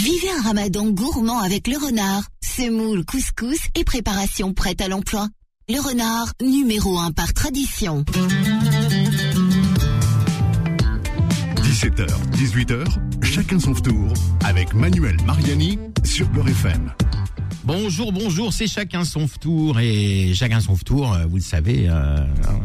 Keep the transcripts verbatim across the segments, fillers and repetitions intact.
Vivez un ramadan gourmand avec le renard. Semoule, couscous et préparation prête à l'emploi. Le renard, numéro un par tradition. dix-sept heures, dix-huit heures, chacun son tour avec Manuel Mariani sur Beurre F M. Bonjour, bonjour, c'est chacun son tour et chacun son tour, vous le savez, euh,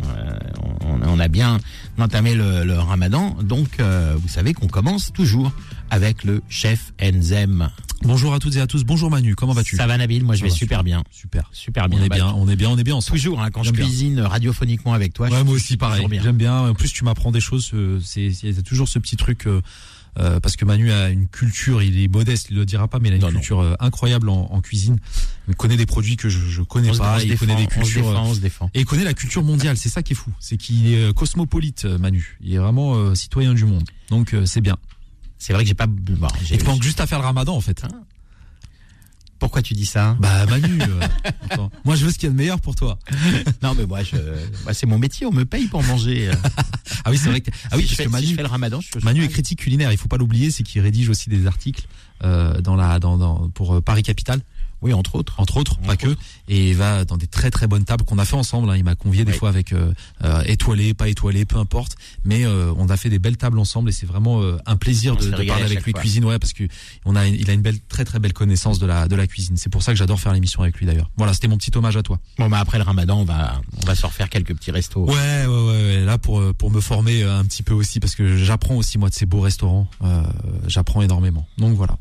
on, on a bien entamé le, le ramadan, donc euh, vous savez qu'on commence toujours avec le chef Enzem. Bonjour à toutes et à tous, bonjour Manu, comment vas-tu? Ça va Nabil, moi je Ça vais va, super bien. Super, super bien. On est bah, bien, on est bien, on est bien ensemble. Toujours, hein, quand J'aime je bien. cuisine radiophoniquement avec toi. Ouais, je moi aussi pareil, bien. J'aime bien, en plus tu m'apprends des choses, euh, c'est, c'est toujours ce petit truc... Euh, Euh, parce que Manu a une culture, il est modeste, il le dira pas, mais il a une non, culture euh, incroyable en, en cuisine. Il connaît des produits que je, je connais on pas, se, on il se connaît défend, des cultures, on se défend, on se défend. Et il connaît la culture mondiale. C'est ça qui est fou, c'est qu'il est euh, cosmopolite, euh, Manu. Il est vraiment euh, citoyen du monde, donc euh, c'est bien. C'est vrai que j'ai pas. Bon, j'ai il te manque juste à faire le Ramadan en fait. Hein. Pourquoi tu dis ça? Bah Manu, euh, moi je veux ce qu'il y a de meilleur pour toi. Non mais moi, je, moi c'est mon métier, on me paye pour manger. Ah oui c'est vrai que ah oui si parce je fais, que Manu, si je fais le Ramadan, je suis Manu est critique culinaire, il faut pas l'oublier, c'est qu'il rédige aussi des articles euh, dans la dans, dans pour euh, Paris Capitale. Oui, entre autres. Entre autres, entre pas autres. que. Et il va dans des très très bonnes tables qu'on a fait ensemble. Hein. Il m'a convié des oui. fois avec euh, euh, étoilé, pas étoilé, peu importe. Mais euh, on a fait des belles tables ensemble et c'est vraiment euh, un plaisir de, de parler avec lui fois. cuisine. Ouais, parce que on a, il a une belle, très très belle connaissance de la de la cuisine. C'est pour ça que j'adore faire l'émission avec lui d'ailleurs. Voilà, c'était mon petit hommage à toi. Bon bah après le Ramadan, on va on va se refaire quelques petits restos. Ouais, ouais, ouais. ouais. Là pour pour me former un petit peu aussi parce que j'apprends aussi moi de ces beaux restaurants. Euh, j'apprends énormément. Donc voilà.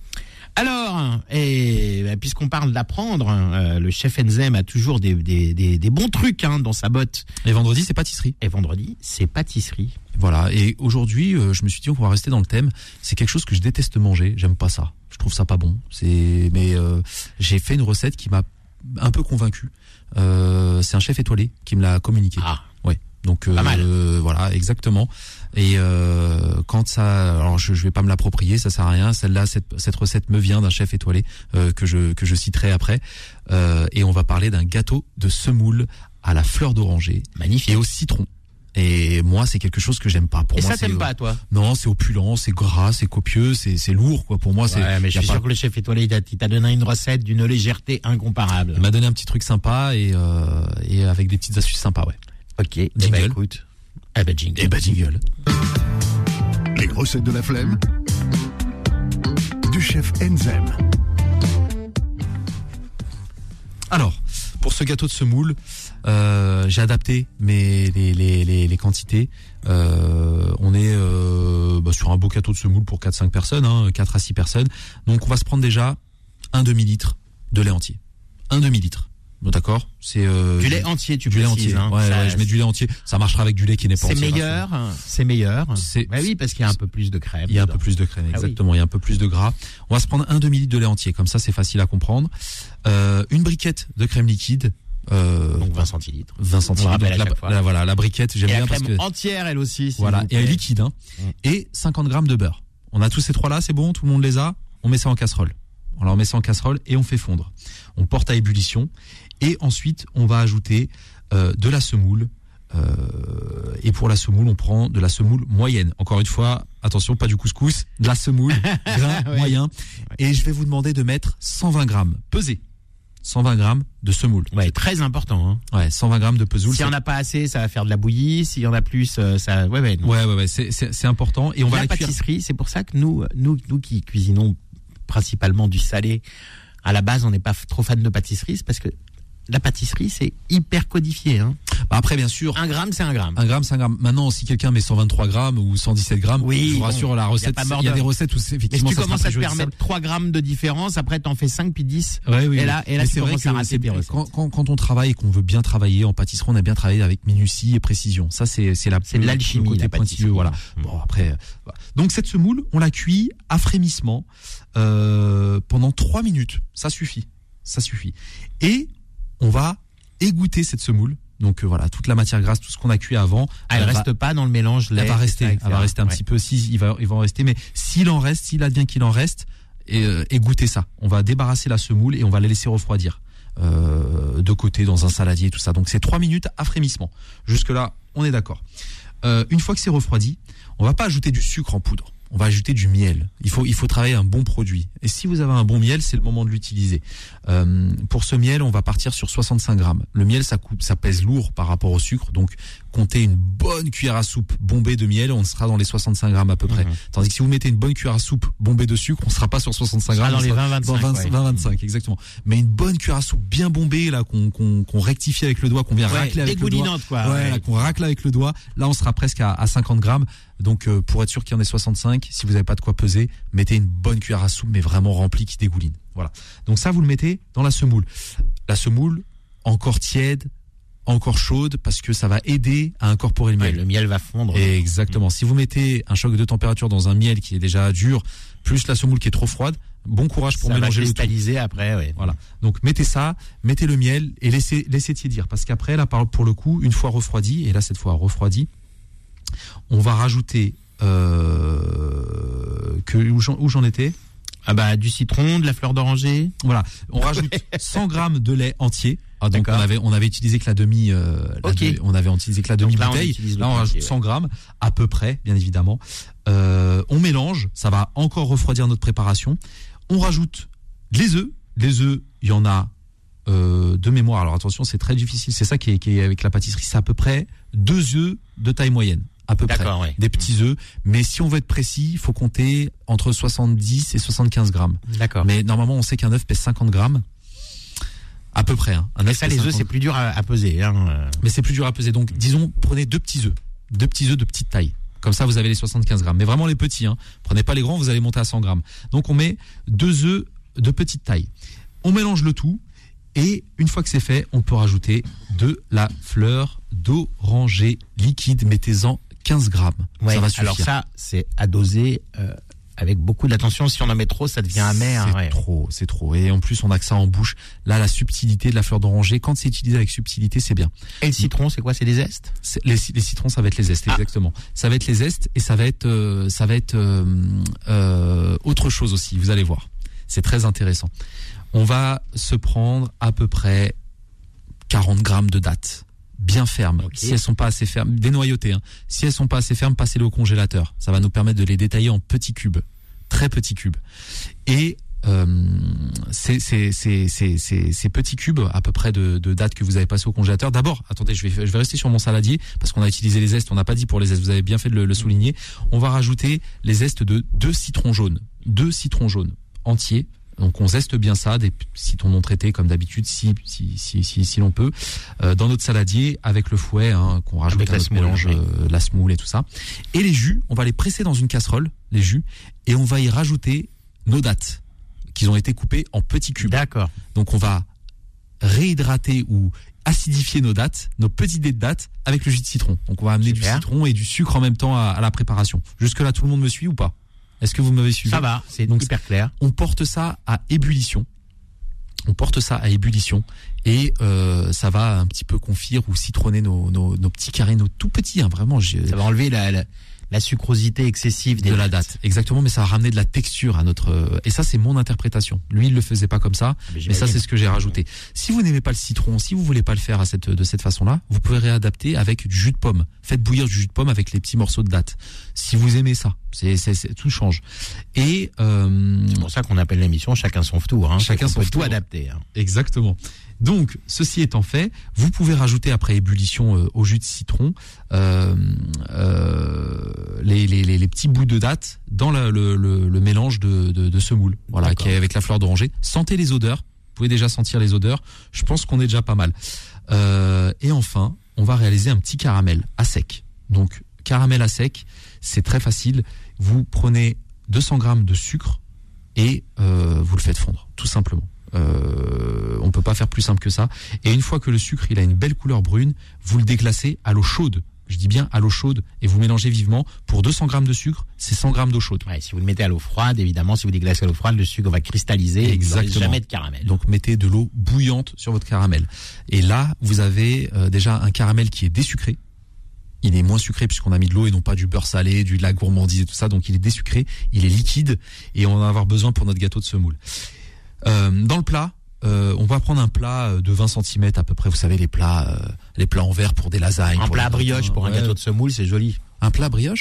Alors, et bah, puisqu'on parle d'apprendre, euh, le chef Enzem a toujours des, des, des, des bons trucs hein, dans sa botte. Et vendredi, c'est pâtisserie. Et vendredi, c'est pâtisserie. Voilà. Et aujourd'hui, euh, je me suis dit qu'on va rester dans le thème. C'est quelque chose que je déteste manger. J'aime pas ça. Je trouve ça pas bon. C'est, mais euh, j'ai fait une recette qui m'a un peu convaincu. Euh, c'est un chef étoilé qui me l'a communiqué. Ah. Ouais. Donc pas mal. Euh, voilà, exactement. Et euh, quand ça, alors je, je vais pas me l'approprier, ça sert à rien. Celle-là, cette, cette recette me vient d'un chef étoilé euh, que je que je citerai après. Euh, et on va parler d'un gâteau de semoule à la fleur d'oranger, magnifique, et au citron. Et moi, c'est quelque chose que j'aime pas. Pour et moi, ça c'est, t'aimes pas, toi? Non, c'est opulent, c'est gras, c'est copieux, c'est c'est lourd, quoi. Pour moi, c'est. Ouais, mais je suis pas... sûr que le chef étoilé, il t'a, il t'a donné une recette d'une légèreté incomparable. Il m'a donné un petit truc sympa et euh, et avec des petites astuces sympas, ouais. Ok. Jingle. Eh ben, écoute. Eh ben jingle. Eh ben jingle. Les recettes de la flemme du chef Enzem. Alors, pour ce gâteau de semoule, euh, j'ai adapté mes les les les, les quantités. Euh, on est euh, bah, sur un beau gâteau de semoule pour quatre à cinq personnes, hein, quatre à six personnes. Donc on va se prendre déjà un demi-litre de lait entier. Un demi-litre. Bon, d'accord, c'est euh, du lait entier, tu du lait précises, entier. hein. Ouais, Ça, ouais, je mets du lait entier. Ça marchera avec du lait qui n'est pas c'est entier. meilleur, c'est meilleur. C'est, bah oui, parce qu'il y a un peu plus de crème. Il y a un dedans. peu plus de crème, exactement. Ah oui. Il y a un peu plus de gras. On va se prendre un demi-litre de lait entier, comme ça c'est facile à comprendre. Euh, une briquette de crème liquide. Euh, Donc vingt centilitres. vingt centilitres. Donc la, la, voilà, la briquette, j'aime et bien la parce crème que entière, elle aussi. voilà, et elle est liquide, hein. Mm. Et cinquante grammes de beurre. On a tous ces trois-là, c'est bon, tout le monde les a. On met ça en casserole. Alors on met ça en casserole et on fait fondre. On porte à ébullition et ensuite on va ajouter euh, de la semoule. Euh, et pour la semoule, on prend de la semoule moyenne. Encore une fois, attention, pas du couscous, de la semoule, grain oui. moyen. Et je vais vous demander de mettre cent vingt grammes, pesé. cent vingt grammes de semoule. Ouais, très important. Hein. Ouais, cent vingt grammes de pesoule. S'il y en a pas assez, ça va faire de la bouillie. S'il y en a plus, euh, ça, ouais, ouais. Non. Ouais, ouais, ouais, c'est, c'est, c'est important. Et on la va la pâtisserie, cuire. c'est pour ça que nous, nous, nous qui cuisinons principalement du salé, à la base, on n'est pas f- trop fan de pâtisserie, c'est parce que la pâtisserie, c'est hyper codifié. Hein. Bah après, bien sûr. Un gramme, c'est un gramme. Un gramme, c'est un gramme. Maintenant, si quelqu'un met cent vingt-trois grammes ou cent dix-sept grammes, oui, je vous bon, rassure, la recette, il y a, il y a des recettes où c'est effectivement. Mais si tu ça commences à te sera permettre trois grammes de différence, après t'en fais cinq puis dix. Ouais, oui, et là, et là, mais tu c'est vrai commences que à rater tes recettes. Quand, quand, quand on travaille et qu'on veut bien travailler en pâtisserie, on a bien travaillé avec minutie et précision. Ça, c'est, c'est la, c'est de l'alchimie, le côté la pointilleux, voilà. Mmh. Bon, après, voilà. Donc cette semoule, on la cuit à frémissement, euh, pendant trois minutes. Ça suffit. Ça suffit. Et on va égoutter cette semoule. Donc euh, voilà, toute la matière grasse, tout ce qu'on a cuit avant. Ah, elle, elle reste va, pas dans le mélange lait. Elle va rester, ça, elle va rester un ouais. petit peu. Si il va, il va en rester, mais s'il en reste, s'il advient qu'il en reste, et, euh, égouttez ça. On va débarrasser la semoule et on va la laisser refroidir euh, de côté dans un saladier, tout ça. Donc c'est trois minutes à frémissement. Jusque là, on est d'accord. Euh, une fois que c'est refroidi, on va pas ajouter du sucre en poudre. On va ajouter du miel. Il faut, il faut travailler un bon produit. Et si vous avez un bon miel, c'est le moment de l'utiliser. Euh, pour ce miel, on va partir sur soixante-cinq grammes. Le miel, ça coupe, ça pèse lourd par rapport au sucre, donc comptez une bonne cuillère à soupe bombée de miel, on sera dans les soixante-cinq grammes à peu près. Mmh. Tandis que si vous mettez une bonne cuillère à soupe bombée de sucre, on sera pas sur soixante-cinq grammes. Dans les vingt vingt-cinq. vingt vingt-cinq, exactement. Mais une bonne cuillère à soupe bien bombée, là, qu'on, qu'on, qu'on rectifie avec le doigt, qu'on vient ouais, racler avec le doigt. Quoi. Ouais, ouais. Là, qu'on racle avec le doigt. Là, on sera presque à, à cinquante grammes. Donc, euh, pour être sûr qu'il y en ait soixante-cinq, si vous n'avez pas de quoi peser, mettez une bonne cuillère à soupe, mais vraiment remplie qui dégouline. Voilà. Donc ça, vous le mettez dans la semoule. La semoule, encore tiède, encore chaude, parce que ça va aider à incorporer le miel. Ouais, le miel va fondre. Et exactement. Si vous mettez un choc de température dans un miel qui est déjà dur, plus la semoule qui est trop froide, bon courage pour ça mélanger va le tout. cristalliser après, ouais. Voilà. Donc mettez ça, mettez le miel et laissez, laissez tiédir. Parce qu'après, là, pour le coup, une fois refroidi, et là cette fois refroidi, on va rajouter euh, que où j'en, où j'en étais. Ah bah du citron, de la fleur d'oranger. Voilà, on rajoute cent grammes de lait entier. Ah, donc on avait on avait utilisé que la demi euh, la okay. de, on avait utilisé que la demi là, bouteille. On là on rajoute cent grammes à peu près, bien évidemment. Euh, on mélange, ça va encore refroidir notre préparation. On rajoute les œufs. Les œufs, il y en a euh, de mémoire. Alors attention, c'est très difficile. C'est ça qui est, qui est avec la pâtisserie. C'est à peu près deux œufs de taille moyenne. À peu près, ouais. Des petits œufs. Mais si on veut être précis, il faut compter entre soixante-dix et soixante-quinze grammes. D'accord. Mais normalement, on sait qu'un œuf pèse cinquante grammes. À peu près. Hein. Un Mais ça, les œufs, c'est plus dur à, à peser. Hein. Mais c'est plus dur à peser. Donc, disons, prenez deux petits œufs. Deux petits œufs de petite taille. Comme ça, vous avez les soixante-quinze grammes. Mais vraiment les petits. Hein. Prenez pas les grands, vous allez monter à cent grammes. Donc, on met deux œufs de petite taille. On mélange le tout. Et une fois que c'est fait, on peut rajouter de la fleur d'oranger liquide. Mettez-en quinze grammes. Ouais, ça va suffire. Alors ça, c'est à doser euh, avec beaucoup d'attention. Si on en met trop, ça devient amer. C'est ouais. trop, c'est trop. Et en plus, on a que ça en bouche. Là, la subtilité de la fleur d'oranger, quand c'est utilisé avec subtilité, c'est bien. Et le citron, c'est quoi? C'est des zestes? C'est, les, les citrons, ça va être les zestes, ah. exactement. Ça va être les zestes et ça va être, euh, ça va être euh, euh, autre chose aussi. Vous allez voir. C'est très intéressant. On va se prendre à peu près quarante grammes de dattes. Bien fermes. Okay. Si elles sont pas assez fermes, dénoyautées. Hein. Si elles sont pas assez fermes, passez-les au congélateur. Ça va nous permettre de les détailler en petits cubes, très petits cubes. Et euh, ces, ces, ces, ces, ces, ces petits cubes, à peu près de, de dattes que vous avez passé au congélateur. D'abord, attendez, je vais, je vais rester sur mon saladier parce qu'on a utilisé les zestes. On n'a pas dit pour les zestes. Vous avez bien fait de le, le souligner. On va rajouter les zestes de deux citrons jaunes, deux citrons jaunes entiers. Donc on zeste bien ça, des citrons non traités comme d'habitude, si si si si, si l'on peut, euh, dans notre saladier avec le fouet hein, qu'on rajoute avec à notre mélange, oui. euh, la semoule et tout ça. Et les jus, on va les presser dans une casserole, les jus, et on va y rajouter nos dattes qui ont été coupées en petits cubes. D'accord. Donc on va réhydrater ou acidifier nos dattes, nos petits dés de dattes avec le jus de citron. Donc on va amener Super. du citron et du sucre en même temps à, à la préparation. Jusque là, tout le monde me suit ou pas? Est-ce que vous m'avez suivi? Ça va, c'est donc hyper clair. On porte ça à ébullition. On porte ça à ébullition et euh, ça va un petit peu confire ou citronner nos, nos, nos petits carrés, nos tout petits. Hein, vraiment, j'ai... ça va enlever la, la, la sucrosité excessive des de dates. la date. Exactement, mais ça va ramener de la texture à notre. Et ça, c'est mon interprétation. Lui, il le faisait pas comme ça, mais, mais ça, c'est ce que j'ai rajouté. Si vous n'aimez pas le citron, si vous voulez pas le faire à cette de cette façon-là, vous pouvez réadapter avec du jus de pomme. Faites bouillir du jus de pomme avec les petits morceaux de date. Si vous aimez ça, c'est, c'est, c'est tout change. Et euh, c'est pour ça qu'on appelle l'émission Chacun son tour. Hein, chacun son tour. Tout adapté. Hein. Exactement. Donc, ceci étant fait, vous pouvez rajouter après ébullition euh, au jus de citron euh, euh, les, les, les, les petits bouts de date dans la, le, le, le mélange de, de, de semoule, voilà, D'accord. qui est avec la fleur d'oranger. Sentez les odeurs. Vous pouvez déjà sentir les odeurs. Je pense qu'on est déjà pas mal. Euh, et enfin, on va réaliser un petit caramel à sec. Donc, caramel à sec, c'est très facile. Vous prenez deux cents grammes de sucre et euh, vous le faites fondre, tout simplement. Euh, on peut pas faire plus simple que ça. Et une fois que le sucre il a une belle couleur brune, vous le déglacez à l'eau chaude. Je dis bien à l'eau chaude et vous mélangez vivement. Pour deux cents grammes de sucre, c'est cent grammes d'eau chaude. Ouais, si vous le mettez à l'eau froide, évidemment, si vous déglacez à l'eau froide, le sucre va cristalliser. Exactement. Et vous n'aurez jamais de caramel. Donc mettez de l'eau bouillante sur votre caramel. Et là, vous avez euh, déjà un caramel qui est désucré. Il est moins sucré puisqu'on a mis de l'eau et non pas du beurre salé, du de la gourmandise et tout ça. Donc il est désucré, il est liquide et on va en avoir besoin pour notre gâteau de semoule. Euh, dans le plat, Euh, on va prendre un plat de vingt centimètres à peu près. Vous savez, les plats, euh, les plats en verre pour des lasagnes. Un pour plat les... brioche pour ouais. un gâteau de semoule, c'est joli. Un plat brioche?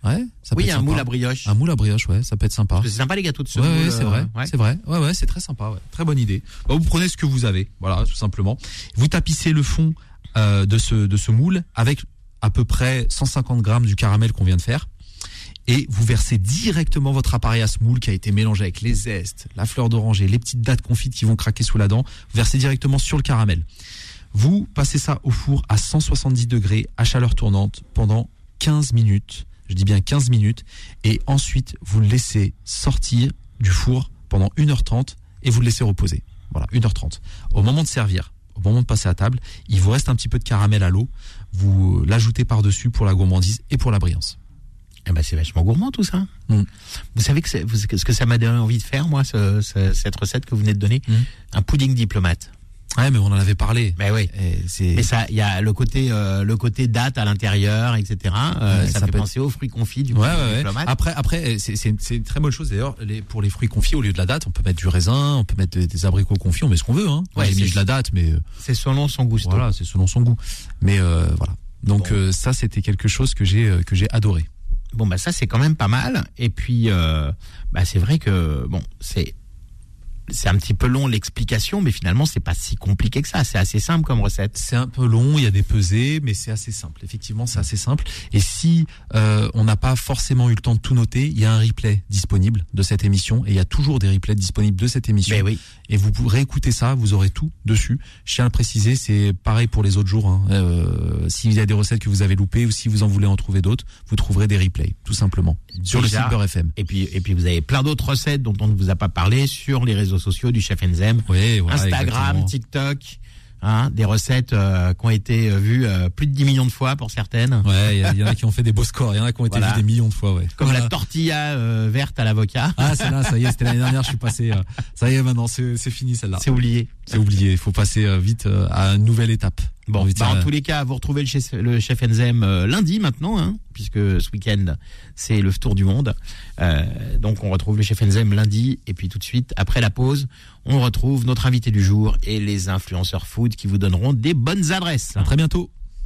Ouais, ça Oui, peut être un sympa. moule à brioche. Un moule à brioche, ouais, ça peut être sympa. Parce que c'est sympa les gâteaux de Ouais, semoule. ouais, c'est vrai, euh, ouais. c'est vrai. Ouais, ouais, c'est très sympa. Ouais. Très bonne idée. Bah, vous prenez ce que vous avez, voilà, tout simplement. Vous tapissez le fond euh, de ce de ce moule avec à peu près cent cinquante grammes du caramel qu'on vient de faire. Et vous versez directement votre appareil à semoule qui a été mélangé avec les zestes, la fleur d'oranger, les petites dattes confites qui vont craquer sous la dent. Vous versez directement sur le caramel. Vous passez ça au four à cent soixante-dix degrés à chaleur tournante pendant quinze minutes. Je dis bien quinze minutes. Et ensuite, vous le laissez sortir du four pendant une heure trente et vous le laissez reposer. Voilà, une heure trente. Au moment de servir, au moment de passer à table, il vous reste un petit peu de caramel à l'eau. Vous l'ajoutez par-dessus pour la gourmandise et pour la brillance. Eh ben, c'est vachement gourmand tout ça. Mm. Vous savez que c'est, vous, ce que ça m'a donné envie de faire, moi, ce, ce, cette recette que vous venez de donner, Mm. un pudding diplomate. Ouais, mais on en avait parlé. Mais oui. Et c'est... Mais ça, il y a le côté, euh, le côté date à l'intérieur, et cetera. Euh, Ouais, ça, ça fait peut penser aux fruits confits du Ouais, pudding ouais, ouais. diplomate. Après, après, c'est, c'est, c'est une très bonne chose. D'ailleurs, les, pour les fruits confits, au lieu de la date, on peut mettre du raisin, on peut mettre des, des abricots confits, on met ce qu'on veut, hein. Moi, Ouais, j'ai mis c'est- de la date, mais euh, C'est selon son gusto. voilà, c'est selon son goût. Mais euh, voilà. Donc Bon. euh, ça, c'était quelque chose que j'ai euh, que j'ai adoré. Bon, bah ça c'est quand même pas mal. Et puis, euh, bah c'est vrai que bon, c'est c'est un petit peu long l'explication, mais finalement c'est pas si compliqué que ça. C'est assez simple comme recette. C'est un peu long, il y a des pesées, mais c'est assez simple. Effectivement, c'est assez simple. Et si euh, on n'a pas forcément eu le temps de tout noter, il y a un replay disponible de cette émission, et il y a toujours des replays disponibles de cette émission. Mais oui. Et vous pourrez écouter ça, vous aurez tout dessus. Je tiens à le préciser, c'est pareil pour les autres jours. Hein. Euh, S'il y a des recettes que vous avez loupées ou si vous en voulez en trouver d'autres, vous trouverez des replays, tout simplement, sur le Déjà. site Beurre F M. Et puis, et puis vous avez plein d'autres recettes dont on ne vous a pas parlé sur les réseaux sociaux du Chef Enzem, Oui, voilà, Instagram, exactement. TikTok, hein, des recettes euh, qui ont été euh, vues euh, plus de dix millions de fois pour certaines. Ouais, il y, a- il y en a qui ont fait des beaux scores, il y en a qui ont été Voilà. vus des millions de fois, ouais. Comme Voilà. la tortilla euh, verte à l'avocat. Ah, c'est là, ça y est, c'était l'année dernière, je suis passé. euh, ça y est, maintenant, c'est c'est fini celle-là. C'est oublié. C'est oublié, il faut passer euh, vite euh, à une nouvelle étape. Bon, J'ai envie de bah, dire, en euh, tous les cas, vous retrouvez le chef, le chef Enzem euh, lundi maintenant, hein, puisque ce week-end c'est le tour du monde. Euh, donc on retrouve le chef Enzem lundi, et puis tout de suite après la pause, on retrouve notre invité du jour et les influenceurs food qui vous donneront des bonnes adresses. à très bientôt.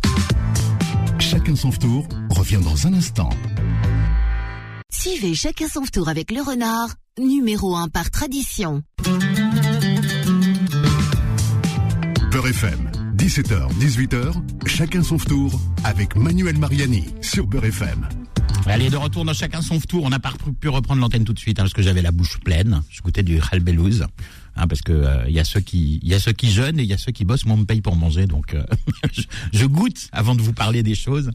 Chacun son tour revient dans un instant. Suivez Chacun son tour avec le renard, numéro un par tradition. Beurre F M, dix-sept heures, dix-huit heures, chacun son tour avec Manuel Mariani sur Beurre F M. Allez, de retour dans Chacun son tour. On n'a pas pu reprendre l'antenne tout de suite, hein, parce que j'avais la bouche pleine. Je goûtais du halbelouz, hein, parce que il euh, y a ceux qui, il y a ceux qui jeûnent et il y a ceux qui bossent. Moi, on me paye pour manger, donc euh, je, je goûte avant de vous parler des choses.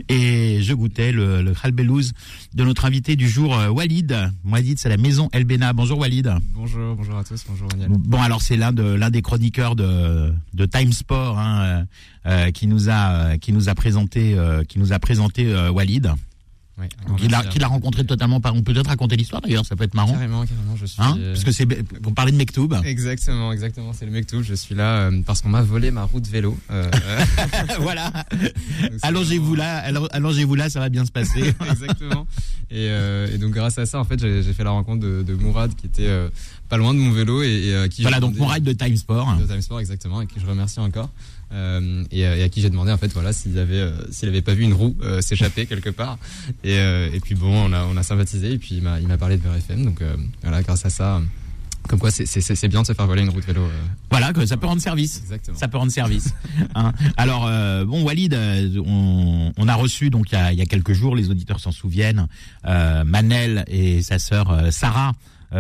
Et je goûtais le, le halbelouz de notre invité du jour, euh, Walid. Walid, c'est la maison El Bena. Bonjour Walid. Bonjour, bonjour à tous, bonjour Daniel. Bon, alors c'est l'un de l'un des chroniqueurs de de Time Sport, hein, euh, euh, qui nous a euh, qui nous a présenté euh, qui nous a présenté euh, Walid. Ouais, alors, Qu'il a, merci, qu'il a rencontré totalement par. On peut peut-être raconter l'histoire d'ailleurs, ça peut être marrant. Carrément, carrément, je suis. Hein euh, Parce que c'est. Vous parlez de Mektoub. Exactement, exactement, c'est le Mektoub. Je suis là euh, parce qu'on m'a volé ma roue de vélo. Euh, Voilà. donc c'est Allongez-vous vraiment- là, allo- allongez-vous là, ça va bien se passer. Exactement. Et, euh, et donc grâce à ça, en fait, j'ai j'ai fait la rencontre de, de Mourad qui était euh, pas loin de mon vélo et, et à qui Voilà, j'ai donc demandé- mon ride de Time Sport. de Time Sport, exactement, et qui je remercie encore. Euh, et, et à qui j'ai demandé en fait voilà s'il avait euh, s'il avait pas vu une roue euh, s'échapper quelque part. Et, euh, et puis bon, on a on a sympathisé et puis il m'a il m'a parlé de Beurre F M. Donc euh, voilà, grâce à ça, euh, comme quoi c'est c'est c'est bien de se faire voler une roue de vélo. euh, Voilà, que ça peut rendre service. exactement. Ça peut rendre service. Hein. Alors, euh, bon, Walid, euh, on, on a reçu, donc il y a, il y a quelques jours, les auditeurs s'en souviennent, euh, Manel et sa sœur euh, Sarah,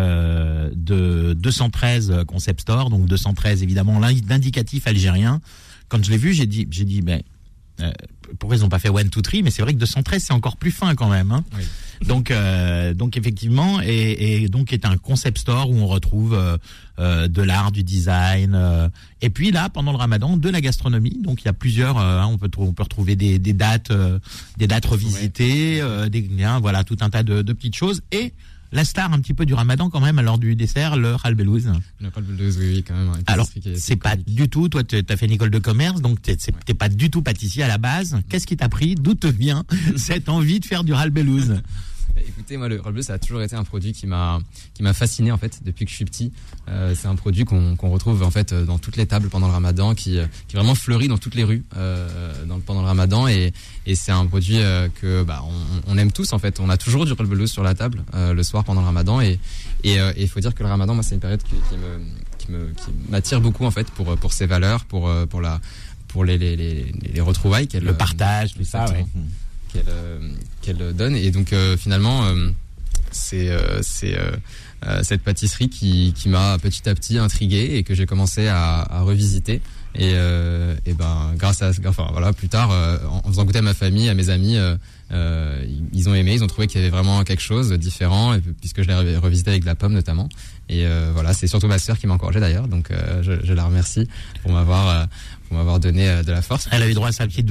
euh, de deux cent treize Concept Store, donc deux cent treize évidemment l'indicatif algérien. Quand je l'ai vu, j'ai dit, j'ai dit, ben, euh, pourquoi ils n'ont pas fait one two three, mais c'est vrai que deux cent treize c'est encore plus fin quand même. Hein. Oui. Donc, euh, donc effectivement, et, et donc est un concept store où on retrouve euh, euh, de l'art, du design, euh, et puis là pendant le Ramadan de la gastronomie. Donc il y a plusieurs, euh, on peut trou- on peut retrouver des, des dates, euh, des dates revisitées, euh, des liens, voilà tout un tas de, de petites choses et la star un petit peu du Ramadan quand même, alors du dessert, le halbelouz. Il n'a pas le bulleuse, oui, oui, quand même. une Alors, pâtisserie qui est- c'est pas chronique. du tout, toi tu as fait une école de commerce, donc t'es c'est- t'es pas du tout pâtissier à la base. Qu'est-ce qui t'a pris? D'où te vient cette envie de faire du halbelouz? Écoutez, moi, le Roll Bleu, ça a toujours été un produit qui m'a qui m'a fasciné en fait depuis que je suis petit. Euh, c'est un produit qu'on qu'on retrouve en fait dans toutes les tables pendant le Ramadan, qui qui vraiment fleurit dans toutes les rues euh, dans, pendant le Ramadan, et et c'est un produit euh, que bah on, on aime tous en fait. On a toujours du Roll Bleu sur la table euh, le soir pendant le Ramadan, et et il euh, faut dire que le Ramadan, moi, c'est une période qui, qui me qui me qui m'attire beaucoup en fait pour pour ses valeurs, pour pour la pour les les les, les retrouvailles, qu'elle, le partage, tout ça, ouais. qu'elle euh, qu'elle donne, et donc euh, finalement euh, c'est euh, c'est euh, euh, cette pâtisserie qui qui m'a petit à petit intrigué et que j'ai commencé à, à revisiter, et euh, et ben grâce à enfin voilà plus tard euh, en faisant goûter à ma famille, à mes amis, euh, euh, ils ont aimé, ils ont trouvé qu'il y avait vraiment quelque chose de différent, et, puisque je l'ai revisité avec de la pomme notamment, et euh, voilà, c'est surtout ma sœur qui m'a encouragé d'ailleurs, donc euh, je, je la remercie pour m'avoir euh, pour m'avoir donné de la force. Elle a eu droit à sa petite,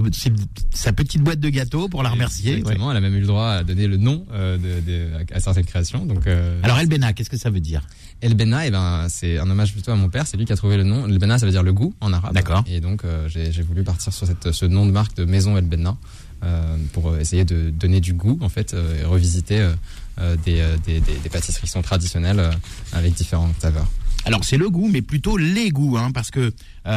sa petite boîte de gâteaux pour la remercier. Exactement, ouais. Elle a même eu le droit à donner le nom euh, de, de, à certaines créations. Donc, euh, alors El Benna, qu'est-ce que ça veut dire? El Benna, eh ben, c'est un hommage plutôt à mon père, c'est lui qui a trouvé le nom. El Benna, ça veut dire le goût en arabe. D'accord. Et donc euh, j'ai, j'ai voulu partir sur cette, ce nom de marque de Maison El Benna euh, pour essayer de donner du goût en fait, euh, et revisiter euh, des, des, des, des pâtisseries qui sont traditionnelles euh, avec différentes saveurs. Alors c'est le goût, mais plutôt les goûts, hein, parce que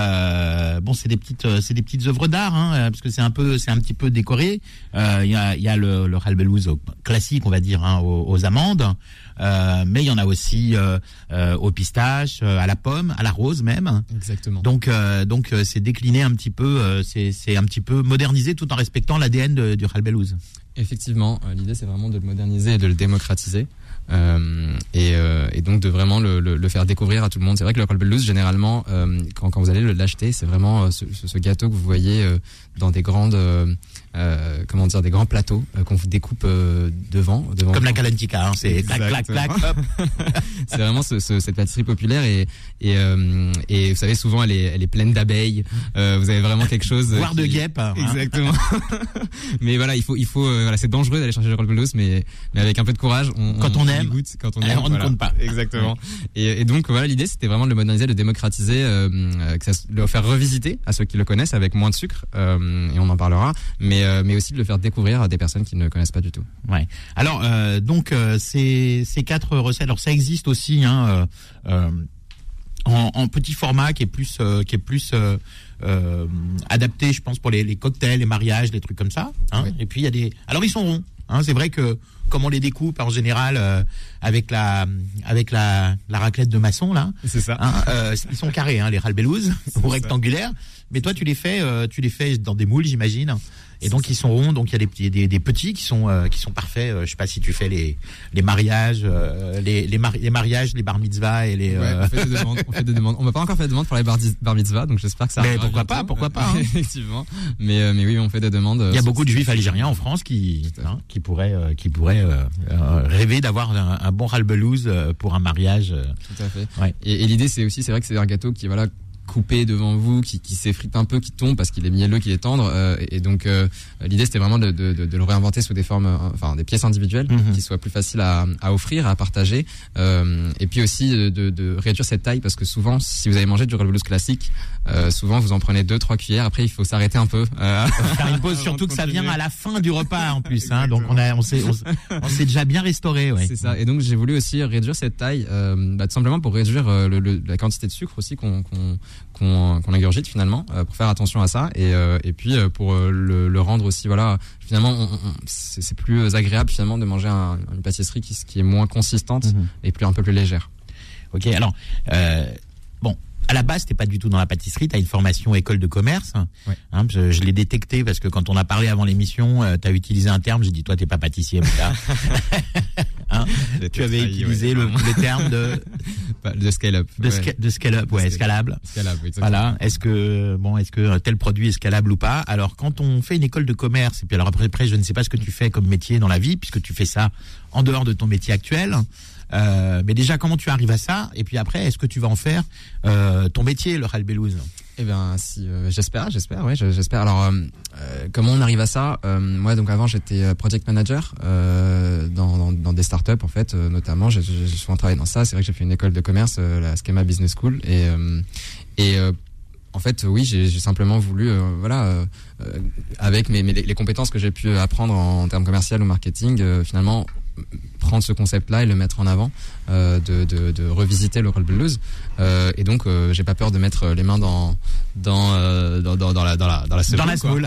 euh, bon, c'est des petites, c'est des petites œuvres d'art, hein, parce que c'est un peu, c'est un petit peu décoré. Il euh, y a, il y a le, le halbelouz classique, on va dire, hein, aux, aux amandes, euh, mais il y en a aussi euh, euh, aux pistaches, euh, à la pomme, à la rose même. Exactement. Donc, euh, donc c'est décliné un petit peu, euh, c'est, c'est un petit peu modernisé tout en respectant l'A D N de, du halbelouz. Effectivement, euh, l'idée c'est vraiment de le moderniser et de le démocratiser. Euh, et, euh, et donc de vraiment le, le, le faire découvrir à tout le monde. C'est vrai que le Roll Bleu, généralement, euh, quand, quand vous allez l'acheter, c'est vraiment euh, ce, ce gâteau que vous voyez euh, dans des grandes, euh, euh, comment dire, des grands plateaux euh, qu'on vous découpe euh, devant, devant. Comme la Kalantika, hein, c'est clac, clac, clac, hop. C'est vraiment ce, ce, cette pâtisserie populaire, et et, euh, et vous savez, souvent elle est, elle est pleine d'abeilles. Euh, vous avez vraiment quelque chose. Voire qui... de guêpes. Hein. Exactement. Mais voilà, il faut, il faut, euh, voilà, c'est dangereux d'aller chercher le Roll Bleu, mais mais avec un peu de courage, on, quand on, on aime, goûte, quand on aime, on voilà. ne compte pas. Exactement. Et, et donc voilà, l'idée c'était vraiment de le moderniser, de le démocratiser, euh, que ça, de le faire revisiter à ceux qui le connaissent avec moins de sucre, euh, et on en parlera, mais euh, mais aussi de le faire découvrir à des personnes qui ne le connaissent pas du tout. Ouais. Alors euh, donc euh, ces ces quatre recettes, alors ça existe aussi, hein, euh, euh, en, en petit format qui est plus euh, qui est plus euh, euh, adapté, je pense, pour les, les cocktails, les mariages, les trucs comme ça. Hein. Oui. Et puis il y a des, alors ils sont ronds. Hein, c'est vrai que comme on les découpe en général euh, avec la avec la, la raclette de maçon là, c'est ça. Hein, euh, ils sont carrés, hein, les halbelouz, ou rectangulaires. Mais toi tu les fais euh, tu les fais dans des moules, j'imagine. Et donc ils sont ronds, donc il y a des petits, des, des petits qui sont euh, qui sont parfaits. Euh, je sais pas si tu fais les les mariages, euh, les les, mari- les mariages, les bar mitzvahs et les. Ouais, euh... on fait des demandes. On fait des demandes. On m'a pas encore fait de demande pour les bar, bar mitzvahs, donc j'espère que ça. Mais pourquoi bientôt. pas, pourquoi pas. Hein. Effectivement. Mais euh, mais oui, on fait des demandes. Il y a beaucoup de juifs algériens en France qui hein, qui pourraient euh, qui pourraient euh, euh, rêver d'avoir un, un bon halbelouz pour un mariage. Euh... Tout à fait. Ouais. Et, et l'idée c'est aussi, c'est vrai que c'est un gâteau qui voilà. coupé devant vous, qui, qui s'effrite un peu, qui tombe parce qu'il est mielleux, qu'il est tendre, euh, et, et donc euh, l'idée c'était vraiment de, de, de le réinventer sous des formes, euh, enfin des pièces individuelles, mmh. qui soient plus faciles à, à offrir, à partager, euh, et puis aussi de, de, de réduire cette taille, parce que souvent si vous avez mangé du Roll Bleu classique, euh, souvent vous en prenez deux, trois cuillères, après il faut s'arrêter un peu. Euh, faire une pause, surtout que ça vient à la fin du repas en plus, hein, donc on a, on s'est, on, on s'est déjà bien restauré, ouais. C'est ça. Et donc j'ai voulu aussi réduire cette taille, euh, bah, tout simplement pour réduire euh, le, le, la quantité de sucre aussi qu'on qu'on qu'on, qu'on ingurgite finalement, euh, pour faire attention à ça, et euh, et puis euh, pour euh, le, le rendre aussi, voilà, finalement on, on, c'est, c'est plus agréable finalement de manger un, une pâtisserie qui, qui est moins consistante mmh. et plus un peu plus légère. Ok, alors euh, bon. À la base, t'es pas du tout dans la pâtisserie, t'as une formation école de commerce. Ouais. Hein, je, je l'ai détecté parce que quand on a parlé avant l'émission, euh, t'as utilisé un terme, j'ai dit toi t'es pas pâtissier, mon gars. Hein, tu avais trahi, utilisé ouais, le, le terme de de scale-up. De, ouais. sca- de scale-up, ouais, escalable. Escalable, voilà. Est-ce que bon, est-ce que tel produit est scalable ou pas? Alors quand on fait une école de commerce, et puis alors après, après je ne sais pas ce que tu fais comme métier dans la vie, puisque tu fais ça en dehors de ton métier actuel. Euh, mais déjà, comment tu arrives à ça? Et puis après, est-ce que tu vas en faire euh, ton métier, le halbelouz? Eh bien, si euh, j'espère, j'espère, oui, j'espère. Alors, euh, euh, comment on arrive à ça? euh, Moi, donc avant, j'étais project manager euh, dans, dans, dans des startups, en fait, euh, notamment. J'ai, j'ai souvent travaillé dans ça. C'est vrai que j'ai fait une école de commerce, euh, la Schema Business School, et euh, et euh, en fait, oui, j'ai, j'ai simplement voulu, euh, voilà, euh, euh, avec mes, mes les compétences que j'ai pu apprendre en, en termes commercial ou marketing, euh, finalement prendre ce concept-là et le mettre en avant, euh, de, de, de revisiter le rôle blues. Euh, et donc, euh, j'ai pas peur de mettre les mains dans dans euh, dans, dans, dans la dans la dans la semoule, dans la semoule.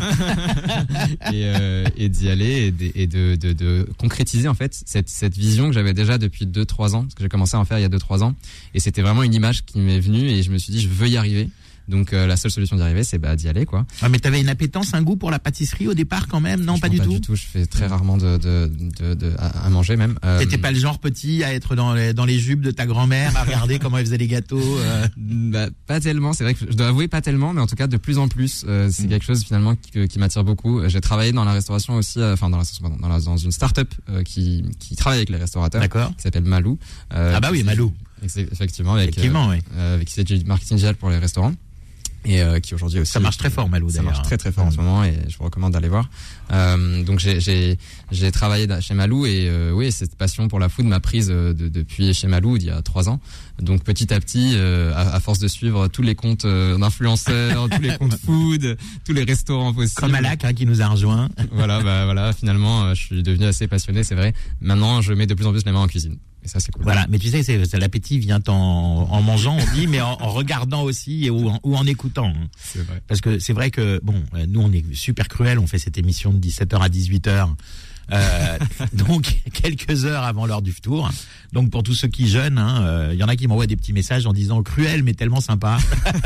et, euh, et d'y aller et, de, et de, de, de concrétiser en fait cette cette vision que j'avais déjà depuis deux trois ans, parce que j'ai commencé à en faire il y a deux trois ans, et c'était vraiment une image qui m'est venue et je me suis dit je veux y arriver. Donc euh, la seule solution d'y arriver, c'est bah d'y aller quoi. Ah mais t'avais une appétence, un goût pour la pâtisserie au départ quand même, non? Pas du pas tout. Pas du tout. Je fais très rarement de de de, de à, à manger même. Euh, T'étais pas le genre petit à être dans les dans les jupes de ta grand-mère à regarder comment elle faisait les gâteaux. Euh... Bah, pas tellement. C'est vrai que je dois avouer pas tellement, mais en tout cas de plus en plus, euh, c'est mmh. quelque chose finalement qui, qui m'attire beaucoup. J'ai travaillé dans la restauration aussi, euh, enfin dans la pardon, dans, la, dans une start-up euh, qui qui travaille avec les restaurateurs. D'accord. Qui s'appelle Malou. Euh, ah bah oui, Malou. Effectivement, avec effectivement, euh, oui. Euh, avec qui c'est du marketing digital pour les restaurants. Et euh, qui aujourd'hui aussi ça marche très fort Malou d'ailleurs. Ça marche très très fort en ce moment et je vous recommande d'aller voir. Euh, donc j'ai j'ai j'ai travaillé chez Malou et euh, oui, cette passion pour la food m'a prise de, depuis chez Malou il y a trois ans. Donc petit à petit, euh, à, à force de suivre tous les comptes euh, d'influenceurs, tous les comptes food, tous les restaurants possibles. Comme Alak hein, qui nous a rejoint. Voilà, bah voilà, finalement, euh, je suis devenu assez passionné, c'est vrai. Maintenant, je mets de plus en plus les mains en cuisine. Et ça, c'est cool. Voilà, mais tu sais, c'est, c'est l'appétit vient en, en mangeant, on dit, mais en, en regardant aussi et ou en, ou en écoutant. C'est vrai. Parce que c'est vrai que, bon, nous, on est super cruel, on fait cette émission de dix-sept heures à dix-huit heures. Euh, donc quelques heures avant l'heure du ftour. Donc pour tous ceux qui jeûnent, il hein, euh, y en a qui m'envoient des petits messages en disant cruel mais tellement sympa.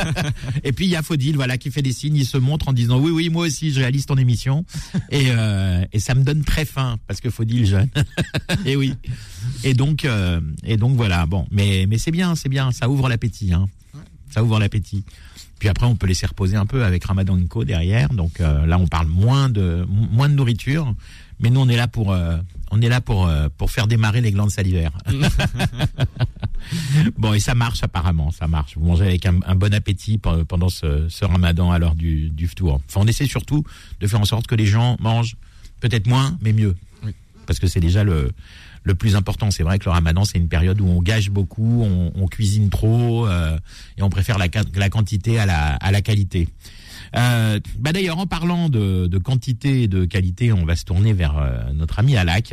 Et puis il y a Faudil, voilà, qui fait des signes, il se montre en disant oui oui moi aussi je réalise ton émission et euh, et ça me donne très faim parce que Faudil jeûne. Et oui. Et donc euh, et donc voilà bon mais mais c'est bien c'est bien ça ouvre l'appétit hein. Ça ouvre l'appétit. Puis après on peut laisser reposer un peu avec Ramadan Co derrière. Donc euh, là on parle moins de moins de nourriture. Mais nous, on est là pour, euh, on est là pour, euh, pour faire démarrer les glandes salivaires. Bon, et ça marche apparemment, ça marche. Vous mangez avec un, un bon appétit pendant ce, ce Ramadan à l'heure du, du ftour. Enfin, on essaie surtout de faire en sorte que les gens mangent peut-être moins, mais mieux. Oui. Parce que c'est déjà le, le plus important. C'est vrai que le Ramadan, c'est une période où on gâche beaucoup, on, on cuisine trop, euh, et on préfère la, la quantité à la, à la qualité. Euh, bah d'ailleurs, en parlant de, de quantité et de qualité, on va se tourner vers euh, notre ami Alak,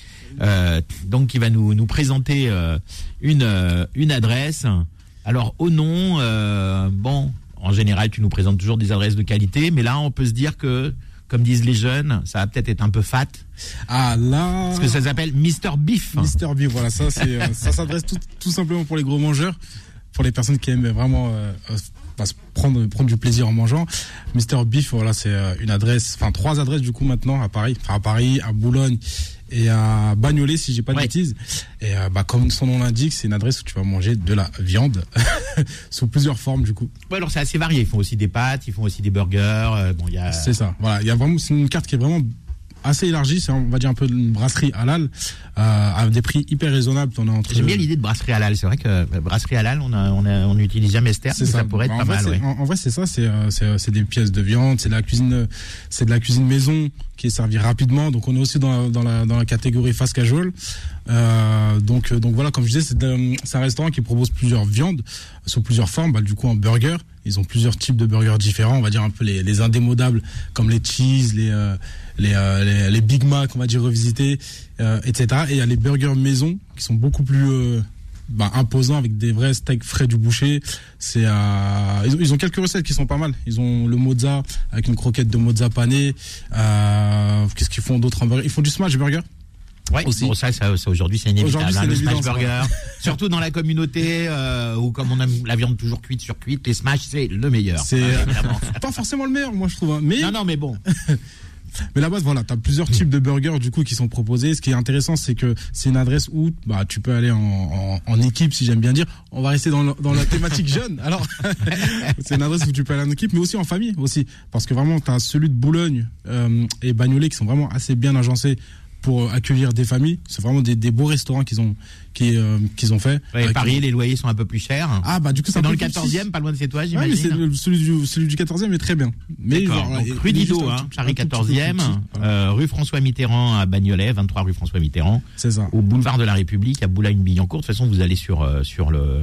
euh, donc qui va nous, nous présenter euh, une, euh, une adresse. Alors au nom, euh, bon, en général, tu nous présentes toujours des adresses de qualité, mais là, on peut se dire que, comme disent les jeunes, ça va peut-être être un peu fat. Ah là, parce que ça s'appelle Mister Beef. Mister Beef, voilà, ça, c'est, euh, ça s'adresse tout, tout simplement pour les gros mangeurs, pour les personnes qui aiment vraiment. Euh, va se prendre prendre du plaisir en mangeant. Mister Beef, voilà, c'est une adresse, enfin trois adresses du coup maintenant à Paris, enfin à Paris, à Boulogne et à Bagnolet si j'ai pas de ouais. bêtises. Et euh, bah comme son nom l'indique, c'est une adresse où tu vas manger de la viande sous plusieurs formes du coup. Ouais, alors c'est assez varié. Ils font aussi des pâtes, ils font aussi des burgers. Euh, bon, il y a. C'est ça. Voilà, il y a vraiment, c'est une carte qui est vraiment assez élargie, c'est on va dire un peu une brasserie halal euh, à des prix hyper raisonnables. On a entre J'aime bien l'idée de brasserie halal. C'est vrai que brasserie halal, on a, on a, on n'utilise jamais ce terme, mais ça. ça pourrait être en pas vrai, mal. Ouais. En, en vrai, c'est ça. C'est, c'est, c'est des pièces de viande, c'est de la cuisine, c'est de la cuisine maison qui est servie rapidement. Donc on est aussi dans la, dans la, dans la catégorie fast casual. Euh, donc, donc voilà, comme je disais, c'est, de, c'est un restaurant qui propose plusieurs viandes sous plusieurs formes. Bah, du coup, en burger, ils ont plusieurs types de burgers différents. On va dire un peu les, les indémodables, comme les cheese, les euh, les, euh, les les Big Mac, on va dire revisités, euh, et cetera. Et il y a les burgers maison qui sont beaucoup plus euh, bah, imposants avec des vrais steaks frais du boucher. C'est euh, ils, ont, ils ont quelques recettes qui sont pas mal. Ils ont le mozza avec une croquette de mozza panée. Euh, qu'est-ce qu'ils font d'autre en burger? Ils font du smash burger. Ouais, bon, ça, ça, ça aujourd'hui c'est inévitable. C'est hein, le smash burger, voilà. Surtout dans la communauté euh, où comme on aime la viande toujours cuite sur cuite, les smash c'est le meilleur. C'est hein, pas forcément le meilleur, moi je trouve. Hein. Mais non, non, mais bon. Mais là-bas, voilà, t'as plusieurs types de burgers du coup qui sont proposés. Ce qui est intéressant, c'est que c'est une adresse où bah tu peux aller en, en, en équipe, si j'aime bien dire. On va rester dans, le, dans la thématique jeune. Alors, c'est une adresse où tu peux aller en équipe, mais aussi en famille aussi, parce que vraiment t'as celui de Boulogne euh, et Bagnolet qui sont vraiment assez bien agencés pour accueillir des familles. C'est vraiment des, des beaux restaurants qu'ils ont qui, euh, qu'ils ont fait. Ouais, Paris, les loyers sont un peu plus chers. Ah bah du coup c'est dans le quatorzième, pas loin de chez toi, j'imagine. Ouais, mais c'est, celui du celui du quatorzième est très bien. Mais genre, donc, rue Didot, hein, Paris quatorzième, euh, rue François Mitterrand à Bagnolet, vingt-trois rue François Mitterrand. C'est ça. Au boulevard de la République à Boulogne-Billancourt. De toute façon, vous allez sur euh, sur le